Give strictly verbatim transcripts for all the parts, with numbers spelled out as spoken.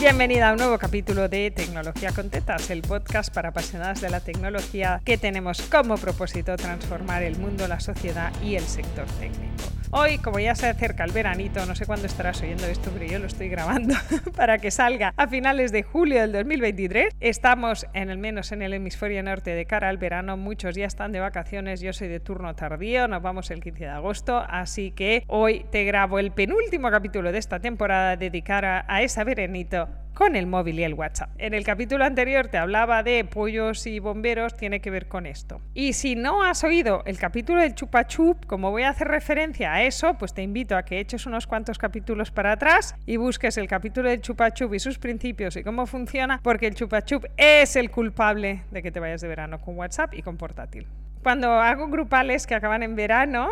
Bienvenida a un nuevo capítulo de Tecnología con Tetas, el podcast para apasionadas de la tecnología que tenemos como propósito transformar el mundo, la sociedad y el sector técnico. Hoy, como ya se acerca el veranito, no sé cuándo estarás oyendo esto, pero yo lo estoy grabando para que salga a finales de julio del dos mil veintitrés. Estamos, en el menos en el hemisferio norte, de cara al verano. Muchos ya están de vacaciones, yo soy de turno tardío, nos vamos el quince de agosto, así que hoy te grabo el penúltimo capítulo de esta temporada dedicado a, a ese veranito con el móvil y el WhatsApp. En el capítulo anterior te hablaba de pollos y bomberos, tiene que ver con esto. Y si no has oído el capítulo del Chupa Chup, como voy a hacer referencia a eso, pues te invito a que eches unos cuantos capítulos para atrás y busques el capítulo del Chupa Chup y sus principios y cómo funciona, porque el Chupa Chup es el culpable de que te vayas de verano con WhatsApp y con portátil. Cuando hago grupales que acaban en verano,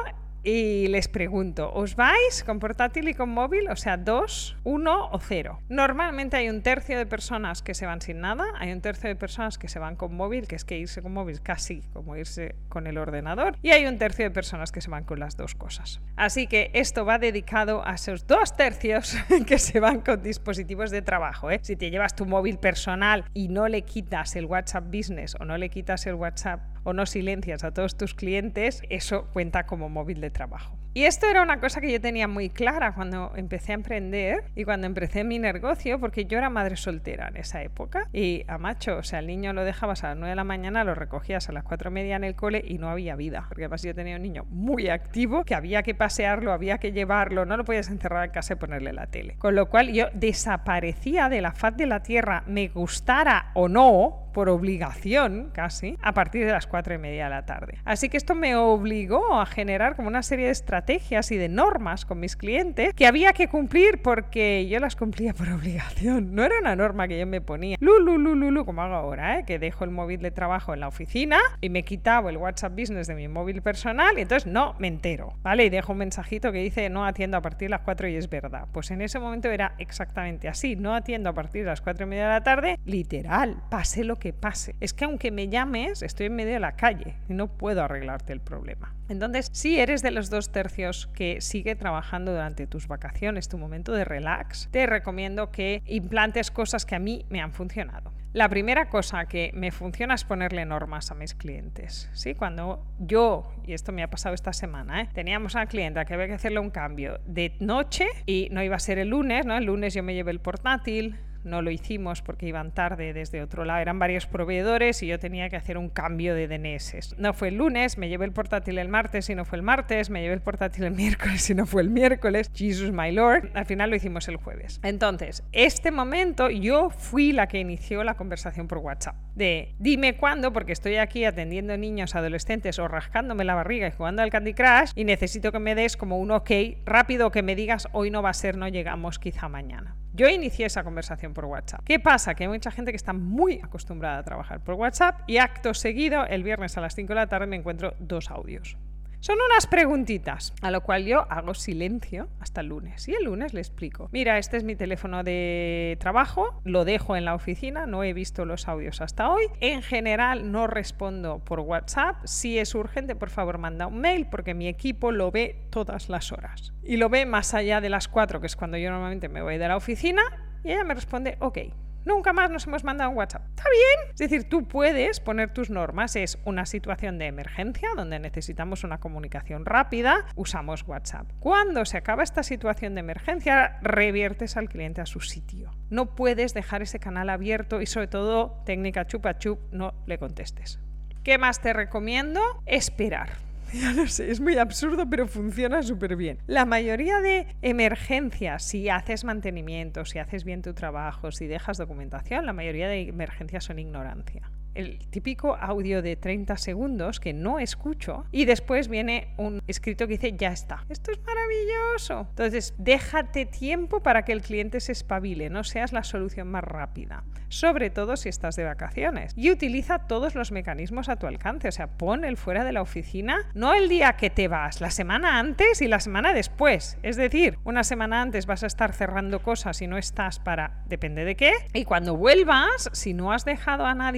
y les pregunto, ¿os vais con portátil y con móvil? O sea, dos, uno o cero. Normalmente hay un tercio de personas que se van sin nada, hay un tercio de personas que se van con móvil, que es que irse con móvil casi como irse con el ordenador, y hay un tercio de personas que se van con las dos cosas. Así que esto va dedicado a esos dos tercios que se van con dispositivos de trabajo, ¿eh? Si te llevas tu móvil personal y no le quitas el WhatsApp Business o no le quitas el WhatsApp o no silencias a todos tus clientes, eso cuenta como móvil de trabajo. Y esto era una cosa que yo tenía muy clara cuando empecé a emprender y cuando empecé mi negocio, porque yo era madre soltera en esa época y a macho, o sea, el niño lo dejabas a las nueve de la mañana, lo recogías a las cuatro y media en el cole y no había vida, porque además yo tenía un niño muy activo que había que pasearlo, había que llevarlo, no lo podías encerrar en casa y ponerle la tele. Con lo cual yo desaparecía de la faz de la tierra, me gustara o no, por obligación casi, a partir de las cuatro y media de la tarde. Así que esto me obligó a generar como una serie de estrategias y de normas con mis clientes que había que cumplir porque yo las cumplía por obligación. No era una norma que yo me ponía, lulu, lulu, lulu, como hago ahora, ¿eh? Que dejo el móvil de trabajo en la oficina y me quitaba el WhatsApp Business de mi móvil personal y entonces no me entero, ¿vale? Y dejo un mensajito que dice no atiendo a partir de las cuatro y es verdad. Pues en ese momento era exactamente así, no atiendo a partir de las cuatro y media de la tarde, literal, pase lo que pase. Es que aunque me llames, estoy en medio de la calle y no puedo arreglarte el problema. Entonces, si eres de los dos tercios que sigue trabajando durante tus vacaciones, tu momento de relax, te recomiendo que implantes cosas que a mí me han funcionado. La primera cosa que me funciona es ponerle normas a mis clientes. ¿Sí? Cuando yo, y esto me ha pasado esta semana, ¿eh? teníamos a una clienta que había que hacerle un cambio de noche y no iba a ser el lunes, ¿no? El lunes yo me llevé el portátil. No lo hicimos porque iban tarde desde otro lado. Eran varios proveedores y yo tenía que hacer un cambio de D N S. No fue el lunes, me llevé el portátil el martes y no fue el martes, me llevé el portátil el miércoles y no fue el miércoles. Jesus my Lord. Al final lo hicimos el jueves. Entonces, este momento yo fui la que inició la conversación por WhatsApp. De dime cuándo, porque estoy aquí atendiendo niños, adolescentes o rascándome la barriga y jugando al Candy Crush y necesito que me des como un ok rápido, que me digas hoy no va a ser, no llegamos, quizá mañana. Yo inicié esa conversación por WhatsApp. ¿Qué pasa? Que hay mucha gente que está muy acostumbrada a trabajar por WhatsApp y acto seguido, el viernes a las cinco de la tarde me encuentro dos audios. Son unas preguntitas, a lo cual yo hago silencio hasta el lunes. Y el lunes le explico. Mira, este es mi teléfono de trabajo, lo dejo en la oficina, no he visto los audios hasta hoy. En general no respondo por WhatsApp. Si es urgente, por favor, manda un mail porque mi equipo lo ve todas las horas. Y lo ve más allá de las cuatro, que es cuando yo normalmente me voy de la oficina, y ella me responde, ok. Nunca más nos hemos mandado un WhatsApp. Está bien. Es decir, tú puedes poner tus normas. Es una situación de emergencia donde necesitamos una comunicación rápida. Usamos WhatsApp. Cuando se acaba esta situación de emergencia, reviertes al cliente a su sitio. No puedes dejar ese canal abierto y sobre todo, técnica chupa chup, no le contestes. ¿Qué más te recomiendo? Esperar. Ya lo sé, es muy absurdo, pero funciona súper bien. La mayoría de emergencias, si haces mantenimiento, si haces bien tu trabajo, si dejas documentación, la mayoría de emergencias son ignorancia. El típico audio de treinta segundos que no escucho y después viene un escrito que dice ya está. Esto es maravilloso. Entonces, déjate tiempo para que el cliente se espabile, no seas la solución más rápida. Sobre todo si estás de vacaciones. Y utiliza todos los mecanismos a tu alcance. O sea, pon el fuera de la oficina, no el día que te vas, la semana antes y la semana después. Es decir, una semana antes vas a estar cerrando cosas y no estás para, depende de qué. Y cuando vuelvas, si no has dejado a nadie en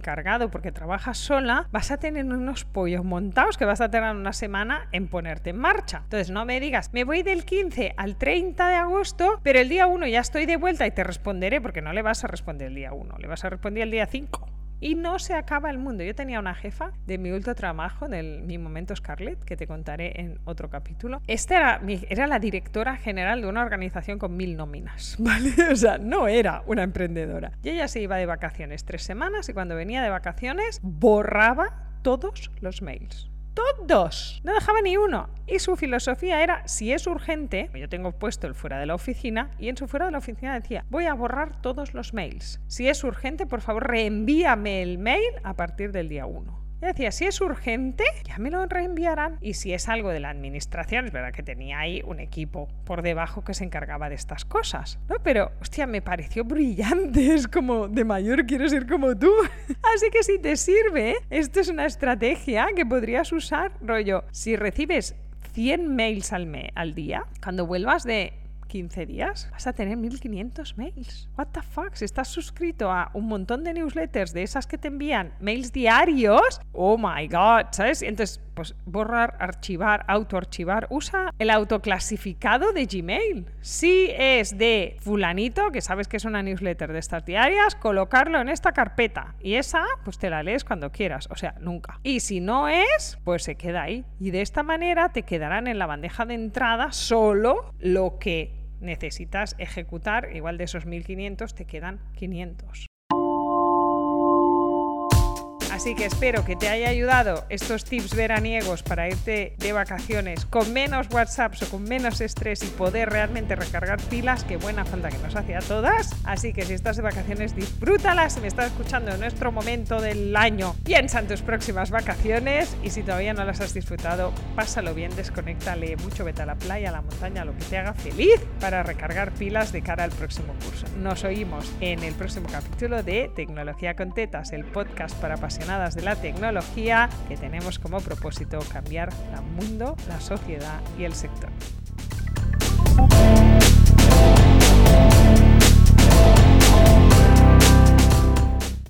sobrecargado porque trabajas sola, vas a tener unos pollos montados que vas a tener una semana en ponerte en marcha. Entonces no me digas, me voy del quince al treinta de agosto, pero el día uno ya estoy de vuelta y te responderé, porque no le vas a responder el día uno, le vas a responder el día cinco. Y no se acaba el mundo. Yo tenía una jefa de mi último trabajo, de mi momento Scarlett, que te contaré en otro capítulo. Esta era, mi, era la directora general de una organización con mil nóminas, ¿vale? O sea, no era una emprendedora. Y ella se iba de vacaciones tres semanas y cuando venía de vacaciones borraba todos los mails. Todos, no dejaba ni uno. Y su filosofía era, si es urgente, yo tengo puesto el fuera de la oficina, y en su fuera de la oficina decía, voy a borrar todos los mails. Si es urgente, por favor, reenvíame el mail a partir del día uno. Y decía, si es urgente, ya me lo reenviarán. Y si es algo de la administración, es verdad que tenía ahí un equipo por debajo que se encargaba de estas cosas, ¿no? Pero, hostia, me pareció brillante. Es como, de mayor quiero ser como tú. Así que si te sirve, esto es una estrategia que podrías usar, rollo, si recibes cien mails al, me- al día, cuando vuelvas de quince días, vas a tener mil quinientos mails. What the fuck? Si estás suscrito a un montón de newsletters de esas que te envían mails diarios, oh my god, ¿sabes? Entonces, pues borrar, archivar, autoarchivar. Usa el autoclasificado de Gmail. Si es de fulanito, que sabes que es una newsletter de estas diarias, colocarlo en esta carpeta. Y esa, pues te la lees cuando quieras. O sea, nunca. Y si no es, pues se queda ahí. Y de esta manera te quedarán en la bandeja de entrada solo lo que necesitas ejecutar. Igual de esos mil quinientos te quedan quinientos. Así que espero que te haya ayudado estos tips veraniegos para irte de vacaciones con menos WhatsApps o con menos estrés y poder realmente recargar pilas, que buena falta que nos hace a todas. Así que si estás de vacaciones, disfrútalas. Si me estás escuchando en nuestro momento del año, piensa en tus próximas vacaciones, y si todavía no las has disfrutado, pásalo bien, desconéctale mucho, vete a la playa, a la montaña, lo que te haga feliz para recargar pilas de cara al próximo curso. Nos oímos en el próximo capítulo de Tecnología con Tetas, el podcast para apasionados de la tecnología, que tenemos como propósito cambiar el mundo, la sociedad y el sector.